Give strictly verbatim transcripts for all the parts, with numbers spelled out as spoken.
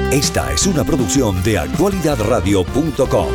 Esta es una producción de actualidad radio punto com.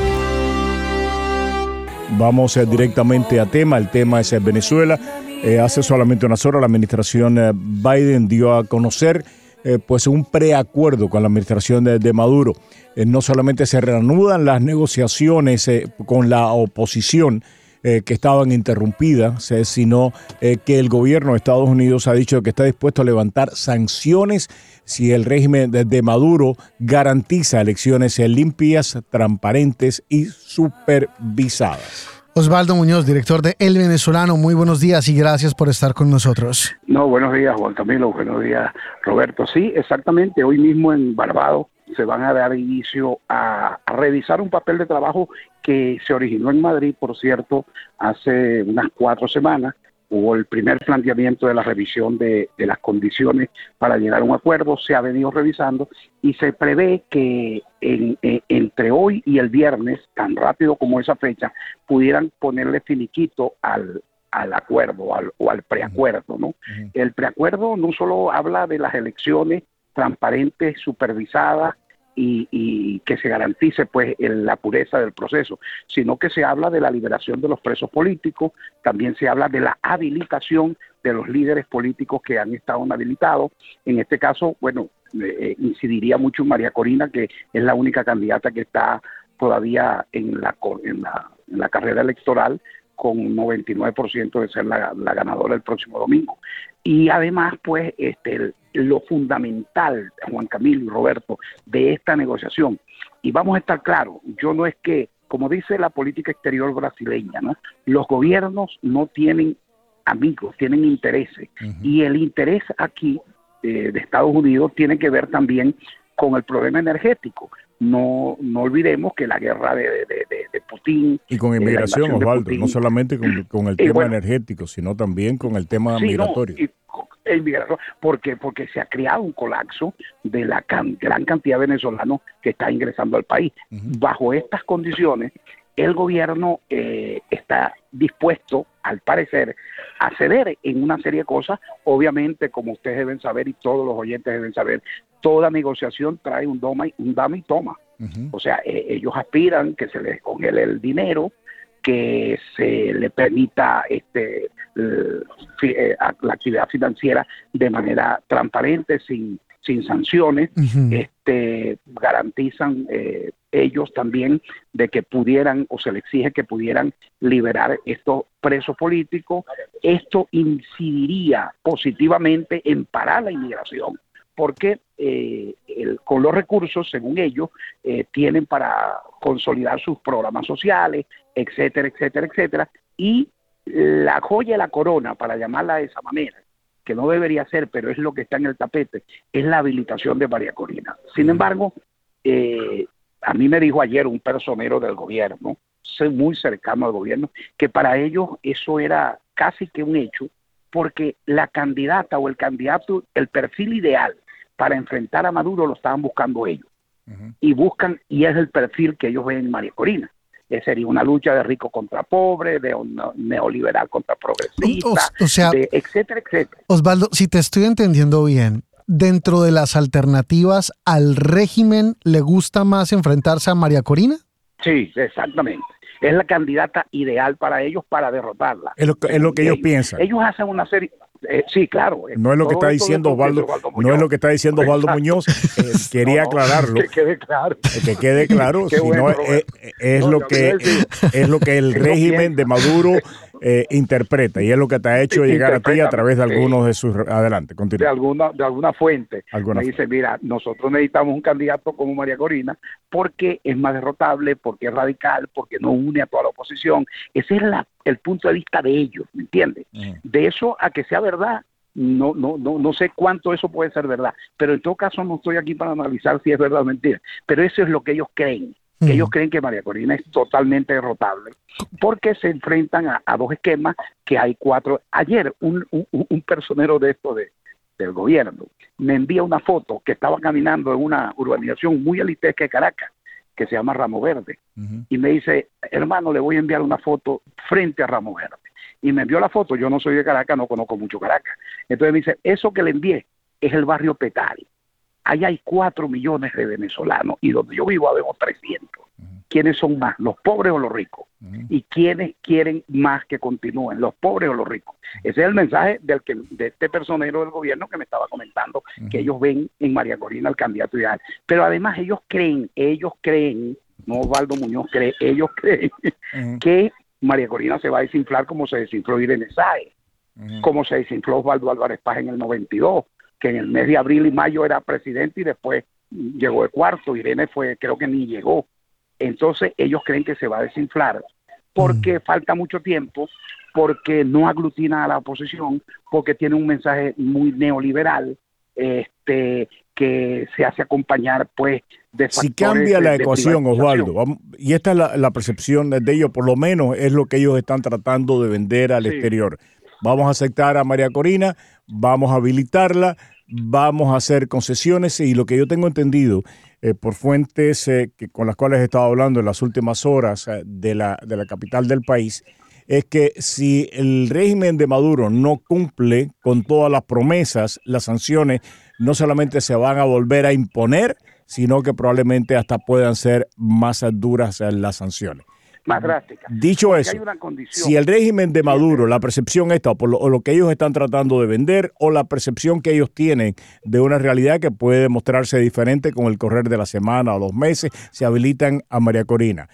Vamos eh, directamente a tema. El tema es eh, Venezuela. Eh, hace solamente unas horas la administración eh, Biden dio a conocer eh, pues un preacuerdo con la administración de, de Maduro. Eh, no solamente se reanudan las negociaciones eh, con la oposición eh, que estaban interrumpidas, eh, sino eh, que el gobierno de Estados Unidos ha dicho que está dispuesto a levantar sanciones si el régimen de, de Maduro garantiza elecciones eh, limpias, transparentes y supervisadas. Osvaldo Muñoz, director de El Venezolano, muy buenos días y gracias por estar con nosotros. No, buenos días, Juan Camilo, buenos días, Roberto. Sí, exactamente, hoy mismo en Barbados se van a dar inicio a, a revisar un papel de trabajo que se originó en Madrid, por cierto, hace unas cuatro semanas. Hubo el primer planteamiento de la revisión de, de las condiciones para llegar a un acuerdo, se ha venido revisando y se prevé que en, en, entre hoy y el viernes, tan rápido como esa fecha, pudieran ponerle finiquito al, al acuerdo al, o al preacuerdo, ¿no? Uh-huh. El preacuerdo no solo habla de las elecciones transparentes, supervisadas, Y, y que se garantice pues el, la pureza del proceso, sino que se habla de la liberación de los presos políticos, también se habla de la habilitación de los líderes políticos que han estado inhabilitados. En este caso, bueno, eh, incidiría mucho en María Corina, que es la única candidata que está todavía en la, en la, en la carrera electoral, con un noventa y nueve por ciento de ser la, la ganadora el próximo domingo. Y además, pues, este, lo fundamental, Juan Camilo y Roberto, de esta negociación, y vamos a estar claros, yo no es que, como dice la política exterior brasileña, ¿no? Los gobiernos no tienen amigos, tienen intereses, uh-huh. Y el interés aquí eh, de Estados Unidos tiene que ver también con el problema energético. No, no olvidemos que la guerra de, de, de, de Putin... Y con inmigración, Osvaldo, Putin, no solamente con, con el tema bueno, energético, sino también con el tema sí, migratorio. No, y, el migratorio, porque, porque se ha creado un colapso de la can, gran cantidad de venezolanos que está ingresando al país. Uh-huh. Bajo estas condiciones, el gobierno eh, está dispuesto, al parecer, a ceder en una serie de cosas. Obviamente, como ustedes deben saber y todos los oyentes deben saber, toda negociación trae un, doma y, un dame y toma. Uh-huh. O sea, eh, ellos aspiran que se les congele el dinero, que se le permita este, eh, la actividad financiera de manera transparente, sin, sin sanciones. Uh-huh. Este, garantizan eh, ellos también de que pudieran, o se les exige que pudieran liberar estos presos políticos. Esto incidiría positivamente en parar la inmigración, porque eh, el, con los recursos, según ellos, eh, tienen para consolidar sus programas sociales, etcétera, etcétera, etcétera. Y la joya de la corona, para llamarla de esa manera, que no debería ser, pero es lo que está en el tapete, es la habilitación de María Corina. Sin embargo, eh, a mí me dijo ayer un personero del gobierno, muy cercano al gobierno, que para ellos eso era casi que un hecho, porque la candidata o el candidato, el perfil ideal para enfrentar a Maduro lo estaban buscando ellos. Uh-huh. Y buscan, y es el perfil que ellos ven en María Corina. Eh, sería una lucha de rico contra pobre, de un neoliberal contra progresista, o, o sea, de etcétera, etcétera. Osvaldo, si te estoy entendiendo bien, dentro de las alternativas, ¿al régimen le gusta más enfrentarse a María Corina? Sí, exactamente. Es la candidata ideal para ellos para derrotarla. Es lo que, es lo que ellos, ellos piensan. Ellos hacen una serie... Eh, sí, claro. No es lo que está diciendo Osvaldo, no es lo que está diciendo Osvaldo Muñoz. Eh, quería no, no, aclararlo. Que quede claro. Que quede claro. si bueno, no, es, es, no, lo que, es lo que el régimen de Maduro eh, interpreta y es lo que te ha hecho llegar a ti a través de algunos de sus... Adelante, continúa. De alguna, de alguna fuente. ¿Alguna me fuente? Dice, mira, nosotros necesitamos un candidato como María Corina porque es más derrotable, porque es radical, porque no une a toda la oposición. Ese es la, el punto de vista de ellos, ¿me entiendes? Uh-huh. De eso a que sea verdad, no, no, no, no sé cuánto eso puede ser verdad, pero en todo caso no estoy aquí para analizar si es verdad o mentira, pero eso es lo que ellos creen, que uh-huh. ellos creen que María Corina es totalmente derrotable, porque se enfrentan a, a dos esquemas que hay cuatro. Ayer un, un, un personero de esto de, del gobierno me envía una foto que estaba caminando en una urbanización muy elitesca de Caracas, que se llama Ramo Verde, uh-huh. y me dice, hermano, le voy a enviar una foto frente a Ramo Verde. Y me envió la foto, yo no soy de Caracas, no conozco mucho Caracas. Entonces me dice, eso que le envié es el barrio Petare. Allá hay cuatro millones de venezolanos y donde yo vivo habemos trescientos. ¿Quiénes son más, los pobres o los ricos? Uh-huh. ¿Y quiénes quieren más que continúen, los pobres o los ricos? Ese es el mensaje del que, de este personero del gobierno que me estaba comentando, uh-huh. que ellos ven en María Corina el candidato ideal. Pero además ellos creen, ellos creen, no Osvaldo Muñoz cree, ellos creen uh-huh. que María Corina se va a desinflar como se desinfló Irene Sáez, uh-huh. como se desinfló Osvaldo Álvarez Paz en el noventa y dos, que en el mes de abril y mayo era presidente y después llegó de cuarto. Irene fue, creo que ni llegó. Entonces ellos creen que se va a desinflar porque mm. falta mucho tiempo, porque no aglutina a la oposición, porque tiene un mensaje muy neoliberal, este, que se hace acompañar pues de factores. Si cambia la de, ecuación, de Osvaldo, y esta es la, la percepción de ellos, por lo menos es lo que ellos están tratando de vender al sí. exterior. Vamos a aceptar a María Corina, vamos a habilitarla, vamos a hacer concesiones y lo que yo tengo entendido eh, por fuentes eh, que, con las cuales he estado hablando en las últimas horas eh, de, la, de la capital del país, es que si el régimen de Maduro no cumple con todas las promesas, las sanciones no solamente se van a volver a imponer, sino que probablemente hasta puedan ser más duras las sanciones. Más drástica. Dicho Porque eso, hay una condición. Si el régimen de Maduro, la percepción esta, o, por lo, o lo que ellos están tratando de vender, o la percepción que ellos tienen de una realidad que puede demostrarse diferente con el correr de la semana o los meses, se habilitan a María Corina.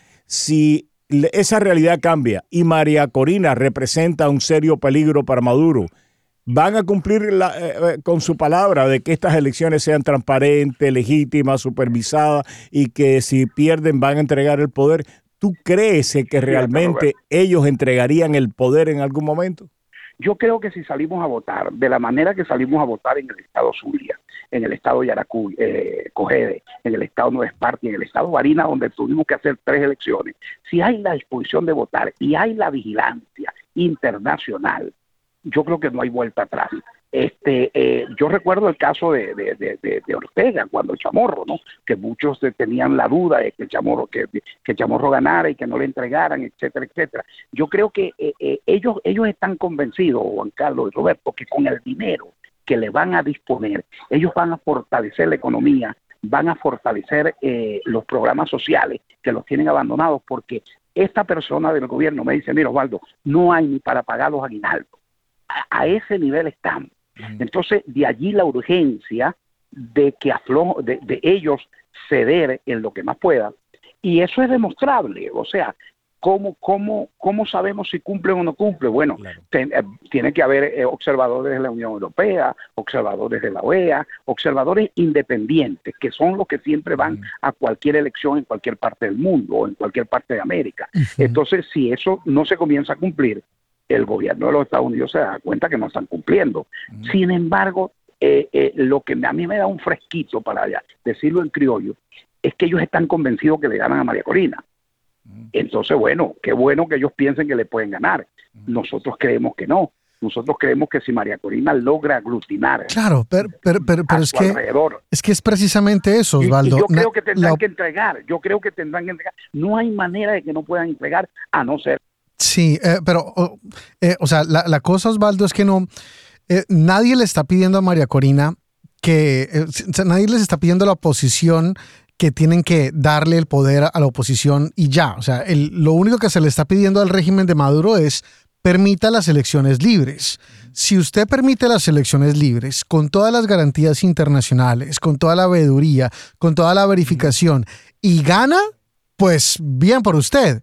Si esa realidad cambia y María Corina representa un serio peligro para Maduro, ¿van a cumplir la, eh, con su palabra de que estas elecciones sean transparentes, legítimas, supervisadas y que si pierden van a entregar el poder? ¿Tú crees que realmente ellos entregarían el poder en algún momento? Yo creo que si salimos a votar de la manera que salimos a votar en el estado Zulia, en el estado Yaracuy, eh, Cogede, en el estado Nueva Esparta y en el estado Barinas, donde tuvimos que hacer tres elecciones, si hay la disposición de votar y hay la vigilancia internacional, yo creo que no hay vuelta atrás. Este, eh, yo recuerdo el caso de, de, de, de, de Ortega cuando Chamorro, ¿no? Que muchos tenían la duda de que Chamorro, que, que Chamorro ganara y que no le entregaran, etcétera, etcétera. Yo creo que eh, eh, ellos, ellos están convencidos, Juan Carlos y Roberto, que con el dinero que le van a disponer, ellos van a fortalecer la economía, van a fortalecer eh, los programas sociales que los tienen abandonados, porque esta persona del gobierno me dice, mira Osvaldo, no hay ni para pagar los aguinaldos. A, a ese nivel estamos. Entonces, de allí la urgencia de que aflo, de, de ellos ceder en lo que más puedan, y eso es demostrable. O sea, ¿cómo, cómo, cómo sabemos si cumplen o no cumplen? Bueno, claro. ten, eh, tiene que haber eh, observadores de la Unión Europea, observadores de la O E A, observadores independientes, que son los que siempre van uh-huh. a cualquier elección en cualquier parte del mundo o en cualquier parte de América. Uh-huh. Entonces, si eso no se comienza a cumplir, el gobierno de los Estados Unidos se da cuenta que no están cumpliendo. Uh-huh. Sin embargo, eh, eh, lo que a mí me da un fresquito para allá, decirlo en criollo, es que ellos están convencidos que le ganan a María Corina. Uh-huh. Entonces, bueno, qué bueno que ellos piensen que le pueden ganar. Uh-huh. Nosotros creemos que no. Nosotros creemos que si María Corina logra aglutinar. Claro, pero, pero, pero, pero es, que, es que es precisamente eso, Osvaldo. Y, y yo creo que tendrán la... que entregar. Yo creo que tendrán que entregar. No hay manera de que no puedan entregar, a no ser. Sí, eh, pero, eh, o sea, la, la cosa, Osvaldo, es que no, eh, nadie le está pidiendo a María Corina que, eh, nadie les está pidiendo a la oposición que tienen que darle el poder a la oposición y ya. O sea, el, lo único que se le está pidiendo al régimen de Maduro es permita las elecciones libres. Si usted permite las elecciones libres, con todas las garantías internacionales, con toda la veeduría, con toda la verificación, y gana, pues bien por usted.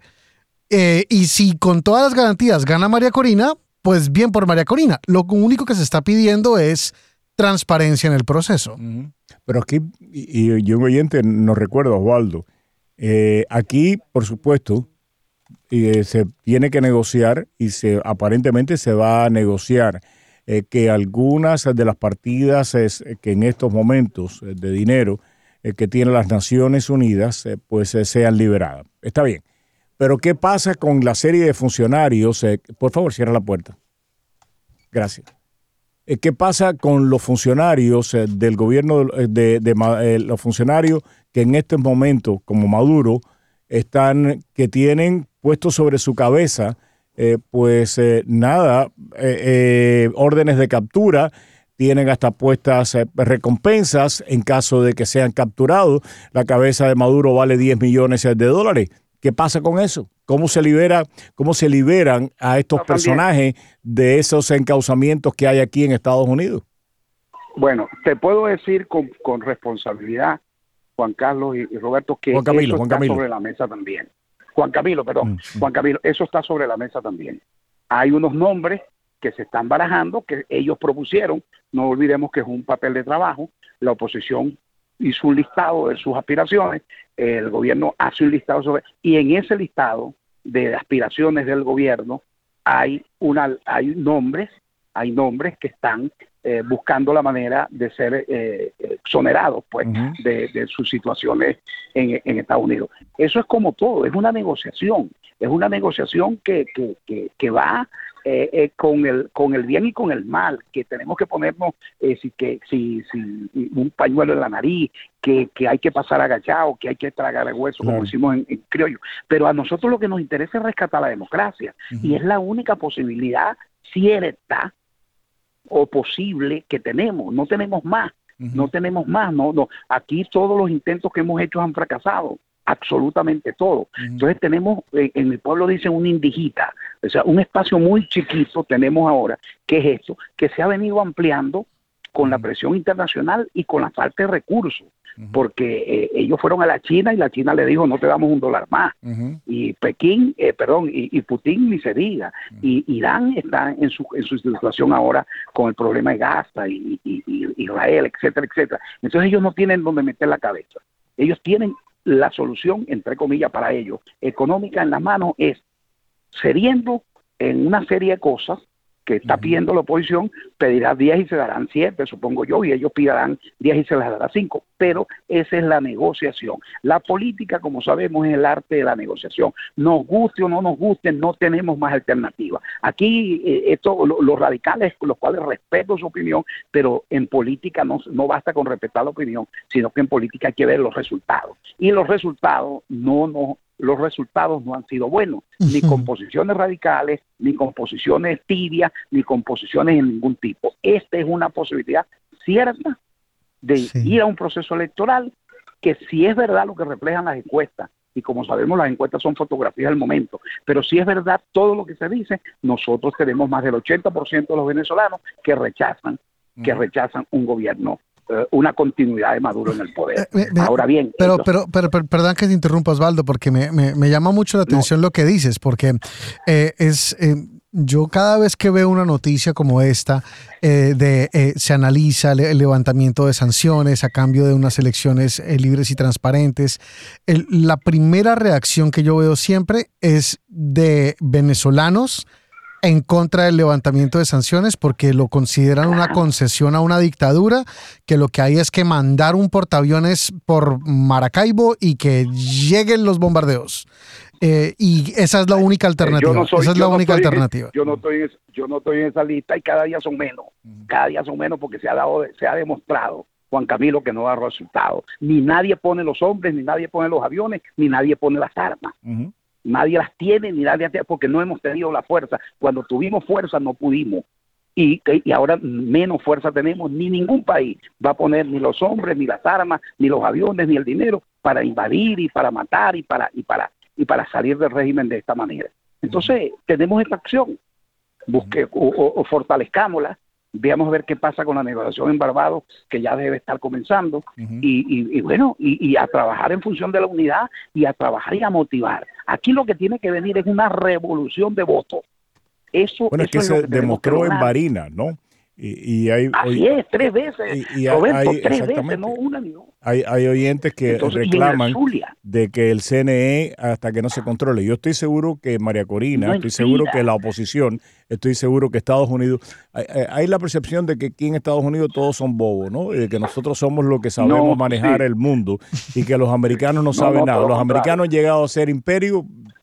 Eh, y si con todas las garantías gana María Corina, pues bien por María Corina. Lo único que se está pidiendo es transparencia en el proceso. Uh-huh. Pero aquí, y, y yo oyente nos recuerdo, Osvaldo, eh, aquí, por supuesto, eh, se tiene que negociar y se aparentemente se va a negociar eh, que algunas de las partidas es, que en estos momentos eh, de dinero eh, que tienen las Naciones Unidas, eh, pues eh, sean liberadas. Está bien. Pero ¿qué pasa con la serie de funcionarios? Eh, por favor, cierra la puerta. Gracias. Eh, ¿Qué pasa con los funcionarios eh, del gobierno, de, de, de eh, los funcionarios que en este momento, como Maduro, están, que tienen puesto sobre su cabeza, eh, pues eh, nada, eh, eh, órdenes de captura, tienen hasta puestas eh, recompensas en caso de que sean capturados. La cabeza de Maduro vale diez millones de dólares. ¿Qué pasa con eso? ¿Cómo se libera, cómo se liberan a estos no, personajes de esos encauzamientos que hay aquí en Estados Unidos? Bueno, te puedo decir con, con responsabilidad, Juan Carlos y, y Roberto, que Juan Camilo, eso Juan está Camilo. sobre la mesa también. Juan Camilo, perdón. Mm. Juan Camilo, eso está sobre la mesa también. Hay unos nombres que se están barajando, que ellos propusieron. No olvidemos que es un papel de trabajo. La oposición hizo un listado de sus aspiraciones, el gobierno hace un listado sobre, y en ese listado de aspiraciones del gobierno hay una, hay nombres, hay nombres que están eh, buscando la manera de ser eh, exonerados, pues, uh-huh. de, de sus situaciones en, en Estados Unidos. Eso es como todo, es una negociación, es una negociación que, que, que, que va Eh, eh, con el con el bien y con el mal, que tenemos que ponernos eh, si que si, si un pañuelo en la nariz, que, que hay que pasar agachado, que hay que tragar el hueso, claro, como decimos en, en criollo. Pero a nosotros lo que nos interesa es rescatar la democracia, uh-huh. y es la única posibilidad cierta o posible que tenemos. No tenemos más, uh-huh. no tenemos más. No, no. Aquí todos los intentos que hemos hecho han fracasado. Absolutamente todo. Uh-huh. Entonces tenemos, eh, en mi pueblo dicen una indijita, o sea, un espacio muy chiquito tenemos ahora, que es esto, que se ha venido ampliando con la presión internacional y con la falta de recursos, uh-huh. porque eh, ellos fueron a la China y la China le dijo no te damos un dólar más, uh-huh. y Pekín, eh, perdón, y, y Putin ni se diga, uh-huh. y Irán está en su, en su situación ahora con el problema de Gaza y, y, y Israel, etcétera, etcétera. Entonces ellos no tienen donde meter la cabeza. Ellos tienen la solución, entre comillas, para ellos, económica en las manos, es cediendo en una serie de cosas que está uh-huh. pidiendo la oposición, pedirá diez y se darán siete, supongo yo, y ellos pedirán diez y se les dará cinco, pero esa es la negociación. La política, como sabemos, es el arte de la negociación. Nos guste o no nos guste, no tenemos más alternativa. Aquí, eh, esto, lo, los radicales, con los cuales respeto su opinión, pero en política no, no basta con respetar la opinión, sino que en política hay que ver los resultados. Y los resultados no nos... los resultados no han sido buenos, ni con posiciones radicales, ni con posiciones tibias, ni con posiciones de ningún tipo. Esta es una posibilidad cierta de sí. ir a un proceso electoral que si es verdad lo que reflejan las encuestas, y como sabemos las encuestas son fotografías del momento, pero si es verdad todo lo que se dice, nosotros tenemos más del ochenta por ciento de los venezolanos que rechazan, que rechazan un gobierno, una continuidad de Maduro en el poder. Me, me, Ahora bien... Pero, pero, pero, pero, perdón que te interrumpa, Osvaldo, porque me, me, me llama mucho la atención no. lo que dices, porque eh, es... Eh, yo cada vez que veo una noticia como esta, eh, de eh, se analiza el, el levantamiento de sanciones a cambio de unas elecciones eh, libres y transparentes, el, la primera reacción que yo veo siempre es de venezolanos en contra del levantamiento de sanciones porque lo consideran una concesión a una dictadura, que lo que hay es que mandar un portaaviones por Maracaibo y que lleguen los bombardeos. Eh, y esa es la única alternativa. Yo no soy, esa es la yo no única estoy, alternativa. Yo no, estoy en, yo no estoy en esa lista y cada día son menos. Uh-huh. Cada día son menos porque se ha dado, se ha demostrado, Juan Camilo, que no da resultados. Ni nadie pone los hombres, ni nadie pone los aviones, ni nadie pone las armas. Uh-huh. Nadie las tiene, ni nadie tiene, porque no hemos tenido la fuerza. Cuando tuvimos fuerza no pudimos. Y, y ahora menos fuerza tenemos. Ni ningún país va a poner ni los hombres, ni las armas, ni los aviones, ni el dinero para invadir y para matar y para y para y para salir del régimen de esta manera. Entonces, tenemos esta acción. Busque, o, o, o fortalezcámosla. Veamos a ver qué pasa con la negociación en Barbados, que ya debe estar comenzando, uh-huh. y, y, y bueno, y, y a trabajar en función de la unidad y a trabajar y a motivar. Aquí lo que tiene que venir es una revolución de votos. Eso, bueno, eso es que es se lo que demostró en Barinas, ¿no? Y, y hay, Así oy- es, tres veces, y, y Roberto, hay, tres veces, no una ni dos. Hay, hay oyentes que Entonces, reclaman de que el C N E hasta que no se controle. Yo estoy seguro que María Corina, no estoy seguro que la oposición, estoy seguro que Estados Unidos, hay, hay la percepción de que aquí en Estados Unidos todos son bobos, ¿no? Y de que nosotros somos los que sabemos no, manejar sí. el mundo y que los americanos no, no saben no, nada. Los contrario. americanos han llegado a ser imperio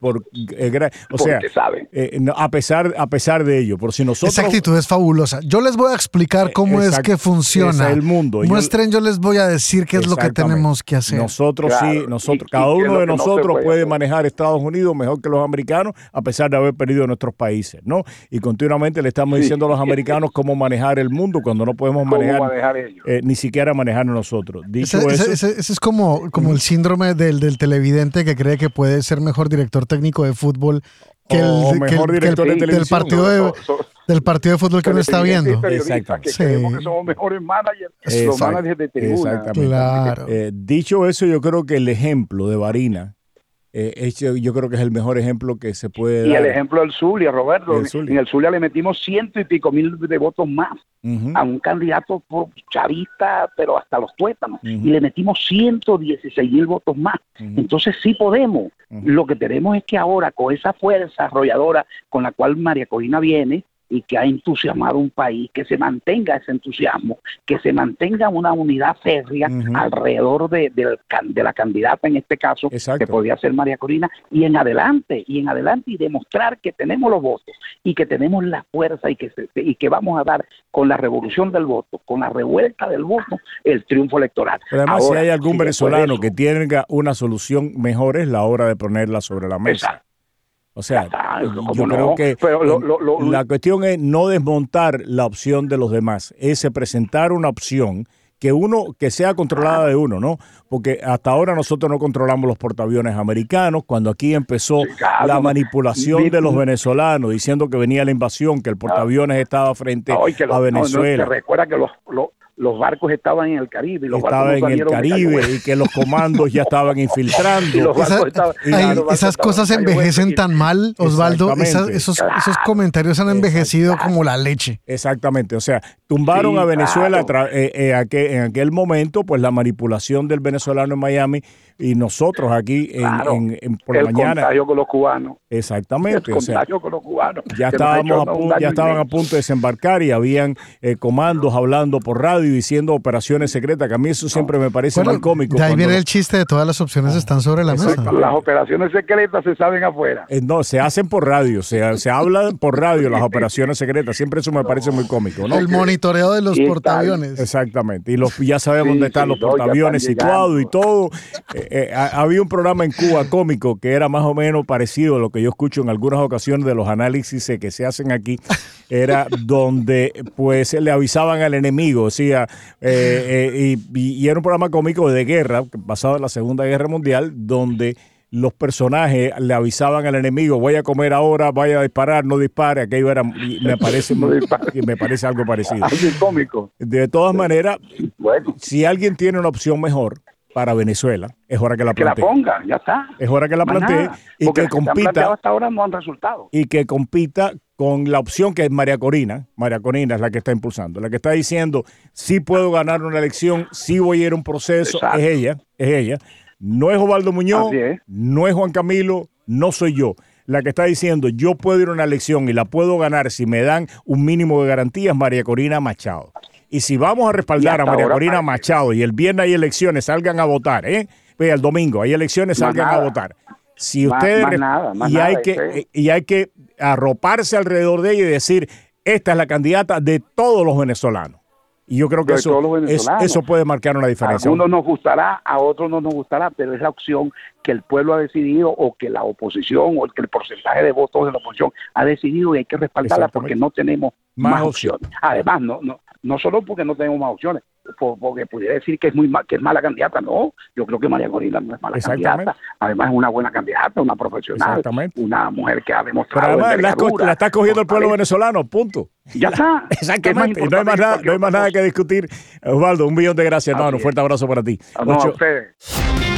por, eh, o sea, eh, a pesar a pesar de ello, por si nosotros... Esa actitud es fabulosa. Yo les voy a explicar cómo Exacto, es que funciona. Es el mundo. Muestren, yo, yo les voy a decir qué es lo que tenemos que hacer. Nosotros claro, sí, nosotros, y, cada y uno de nosotros no puede, puede manejar Estados Unidos mejor que los americanos, a pesar de haber perdido nuestros países, ¿no? Y continuamente le estamos sí. diciendo a los americanos cómo manejar el mundo cuando no podemos manejar, manejar eh, ni siquiera manejar nosotros. Dicho ese, eso, ese, ese, ese es como, como el síndrome del, del televidente que cree que puede ser mejor director técnico de fútbol que el, o mejor que el, director que el, de televisión. Del partido de, del partido de fútbol que uno está viendo. Exactamente. Que sí. creemos que somos mejores managers, Exacto. los managers de tribuna. Exactamente. Claro. Eh, dicho eso, yo creo que el ejemplo de Varina, eh, es, yo creo que es el mejor ejemplo que se puede y dar. Y el ejemplo del Zulia, Roberto. El Zulia. En el Zulia le metimos ciento y pico mil de votos más uh-huh. a un candidato chavista, pero hasta los tuétanos. Uh-huh. Y le metimos ciento dieciséis mil votos más. Uh-huh. Entonces sí podemos. Uh-huh. Lo que tenemos es que ahora, con esa fuerza arrolladora con la cual María Corina viene, y que ha entusiasmado un país, que se mantenga ese entusiasmo, que se mantenga una unidad férrea uh-huh. alrededor de, de, de la candidata, en este caso, Exacto. que podía ser María Corina, y en adelante, y en adelante, y demostrar que tenemos los votos, y que tenemos la fuerza, y que, se, y que vamos a dar con la revolución del voto, con la revuelta del voto, el triunfo electoral. Pero además, ahora, si hay algún si venezolano que tenga una solución mejor, es la hora de ponerla sobre la mesa. Exacto. O sea, está, yo no? creo que Pero lo, lo, lo, la cuestión es no desmontar la opción de los demás, es presentar una opción que uno que sea controlada de uno, ¿no? Porque hasta ahora nosotros no controlamos los portaaviones americanos. Cuando aquí empezó sí, claro, la manipulación de los venezolanos diciendo que venía la invasión, que el portaaviones estaba frente no, que lo, a Venezuela. No, no, te recuerda que los, los los barcos estaban en el Caribe. Y los estaban en el Caribe y que los comandos ya estaban infiltrando. Esa, estaban, y ay, esas cosas envejecen tan mal, Osvaldo. Esas, esos, claro. esos comentarios han envejecido como la leche. Exactamente. O sea, tumbaron sí, a Venezuela claro. eh, eh, aquel, en aquel momento, pues la manipulación del venezolano en Miami y nosotros aquí en, claro. en, en, por el la mañana. El contagio con los cubanos. Exactamente. El o sea, contagio con los cubanos. Ya, estábamos a punto, ya estaban a punto de desembarcar y habían eh, comandos hablando por radio diciendo operaciones secretas, que a mí eso siempre me parece bueno, mal cómico. De ahí viene el chiste de todas las opciones están sobre la mesa. Las operaciones secretas se saben afuera. Eh, no, se hacen por radio, se, se hablan por radio las operaciones secretas. Siempre eso me parece muy cómico, ¿no? El monitoreo de los y portaaviones. Exactamente. Y los, ya sabemos sí, dónde están sí, los no, portaaviones situados y todo. Eh, eh, había un programa en Cuba cómico que era más o menos parecido a lo que yo escucho en algunas ocasiones de los análisis que se hacen aquí. Era donde pues le avisaban al enemigo, o sea, eh, eh, y, y era un programa cómico de guerra, basado en la Segunda Guerra Mundial, donde los personajes le avisaban al enemigo, voy a comer ahora, vaya a disparar, no dispare, aquello era, me parece, no me parece algo parecido. Algo cómico. De todas maneras, bueno. si alguien tiene una opción mejor para Venezuela, es hora que la plantee. Que la ponga, ya está. Es hora que la plantee y porque que compita. Que hasta ahora no han resultado. Y que compita con la opción que es María Corina. María Corina es la que está impulsando, la que está diciendo, sí puedo ganar una elección, sí voy a ir a un proceso, Exacto. es ella, es ella. No es Osvaldo Muñoz, es. no es Juan Camilo, no soy yo. La que está diciendo, yo puedo ir a una elección y la puedo ganar si me dan un mínimo de garantías, María Corina Machado. Y si vamos a respaldar a María Corina parece. Machado y el viernes hay elecciones, salgan a votar, ¿eh? Vea, el domingo hay elecciones, más salgan nada. a votar. Si ustedes más, más nada, más y nada, hay que ¿eh? y hay que arroparse alrededor de ella y decir, esta es la candidata de todos los venezolanos. Y yo creo que eso, es, eso puede marcar una diferencia. A algunos nos gustará, a otros no nos gustará, pero es la opción que el pueblo ha decidido o que la oposición o que el porcentaje de votos de la oposición ha decidido y hay que respaldarla porque no tenemos más, más opciones. opciones. Además, no, no, no solo porque no tenemos más opciones, porque pudiera decir que es muy mal, que es mala candidata, no, yo creo que María Corina no es mala candidata, además es una buena candidata, una profesional, una mujer que ha demostrado. Pero además la, la está cogiendo el pueblo venezolano, punto. Ya está. Exactamente, y no hay más nada, no hay más nada que discutir. Osvaldo, un millón de gracias, hermano, un fuerte abrazo para ti. No, Ocho. a ustedes.